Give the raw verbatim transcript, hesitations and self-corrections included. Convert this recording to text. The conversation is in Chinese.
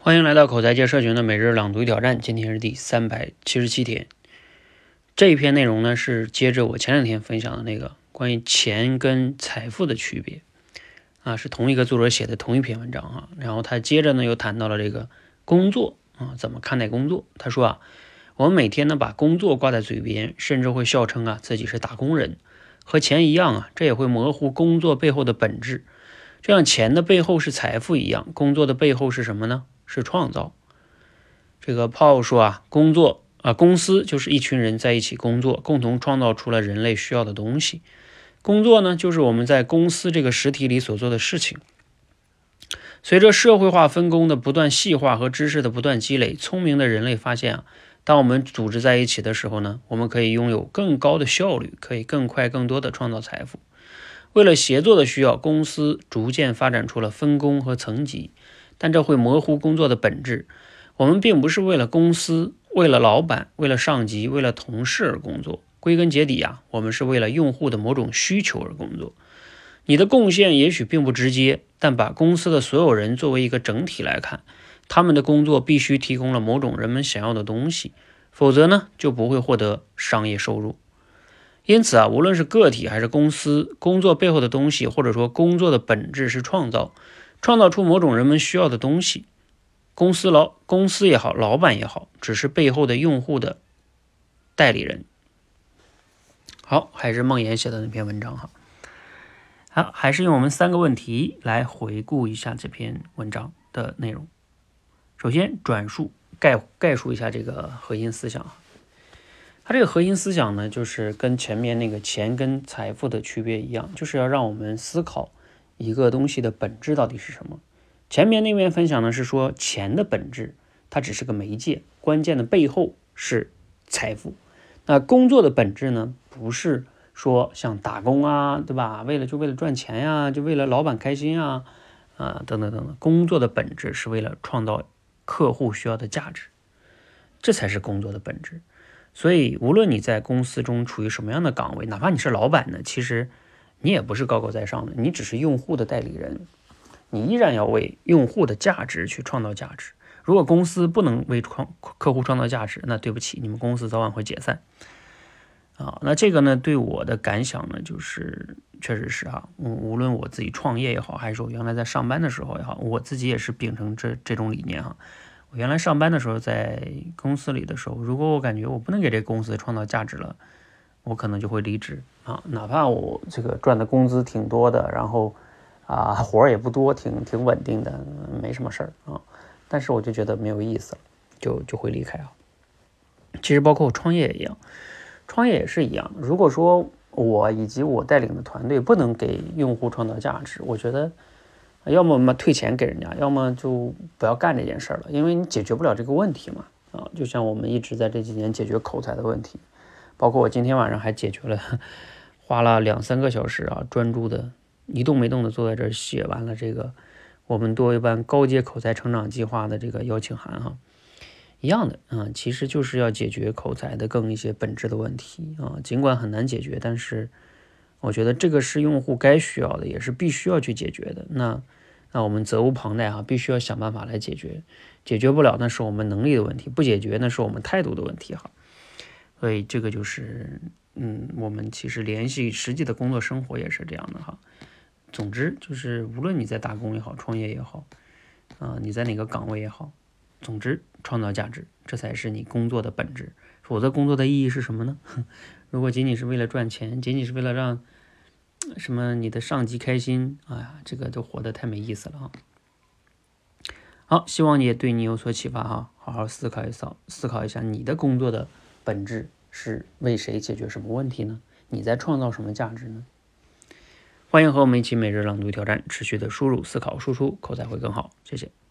欢迎来到口才界社群的每日朗读挑战，今天是第三百七十七天。这一篇内容呢是接着我前两天分享的那个关于钱跟财富的区别啊，是同一个作者写的同一篇文章啊。然后他接着呢又谈到了这个工作啊，怎么看待工作。他说啊，我们每天呢把工作挂在嘴边，甚至会笑称啊自己是打工人，和钱一样啊，这也会模糊工作背后的本质。这样钱的背后是财富一样，工作的背后是什么呢？是创造。这个 Paul 说啊，工作啊，公司就是一群人在一起工作，共同创造出了人类需要的东西。工作呢，就是我们在公司这个实体里所做的事情。随着社会化分工的不断细化和知识的不断积累，聪明的人类发现啊，当我们组织在一起的时候呢，我们可以拥有更高的效率，可以更快更多的创造财富。为了协作的需要，公司逐渐发展出了分工和层级，但这会模糊工作的本质。我们并不是为了公司、为了老板、为了上级、为了同事而工作，归根结底啊，我们是为了用户的某种需求而工作。你的贡献也许并不直接，但把公司的所有人作为一个整体来看，他们的工作必须提供了某种人们想要的东西，否则呢，就不会获得商业收入。因此啊，无论是个体还是公司，工作背后的东西，或者说工作的本质是创造，创造出某种人们需要的东西。公司老公司也好，老板也好，只是背后的用户的代理人。好，还是孟岩写的那篇文章哈。好，还是用我们三个问题来回顾一下这篇文章的内容。首先，转述概概述一下这个核心思想。它这个核心思想呢，就是跟前面那个钱跟财富的区别一样，就是要让我们思考一个东西的本质到底是什么。前面那边分享的是说钱的本质，它只是个媒介，关键的背后是财富。那工作的本质呢，不是说像打工啊，对吧？为了就为了赚钱呀、啊，就为了老板开心啊，啊等等等等。工作的本质是为了创造客户需要的价值，这才是工作的本质。所以无论你在公司中处于什么样的岗位，哪怕你是老板呢，其实你也不是高高在上的，你只是用户的代理人，你依然要为用户的价值去创造价值。如果公司不能为客户创造价值，那对不起，你们公司早晚会解散啊。那这个呢，对我的感想呢，就是确实是啊，无论我自己创业也好，还是我原来在上班的时候也好，我自己也是秉承这这种理念哈。我原来上班的时候，在公司里的时候，如果我感觉我不能给这个公司创造价值了，我可能就会离职啊，哪怕我这个赚的工资挺多的，然后啊活儿也不多，挺挺稳定的，没什么事儿啊，但是我就觉得没有意思了，就就会离开啊。其实包括我创业也一样，创业也是一样。如果说我以及我带领的团队不能给用户创造价值，我觉得要么我们退钱给人家，要么就不要干这件事了，因为你解决不了这个问题嘛。啊，就像我们一直在这几年解决口才的问题，包括我今天晚上还解决了，花了两三个小时啊，专注的一动没动的坐在这儿写完了这个我们多维班高阶口才成长计划的这个邀请函哈，一样的啊，其实就是要解决口才的更一些本质的问题啊，尽管很难解决，但是我觉得这个是用户该需要的，也是必须要去解决的。那那我们责无旁贷哈，必须要想办法来解决。解决不了，那是我们能力的问题；不解决，那是我们态度的问题哈。所以这个就是，嗯，我们其实联系实际的工作生活也是这样的哈。总之就是，无论你在打工也好，创业也好，啊、呃，你在哪个岗位也好，总之创造价值，这才是你工作的本质。否则，工作的意义是什么呢？如果仅仅是为了赚钱，仅仅是为了让什么你的上级开心，哎呀，这个都活得太没意思了啊！好，希望也对你有所启发哈，好好思考一下，思考一下你的工作的本质是为谁解决什么问题呢？你在创造什么价值呢？欢迎和我们一起每日朗读挑战，持续的输入、思考、输出，口才会更好。谢谢。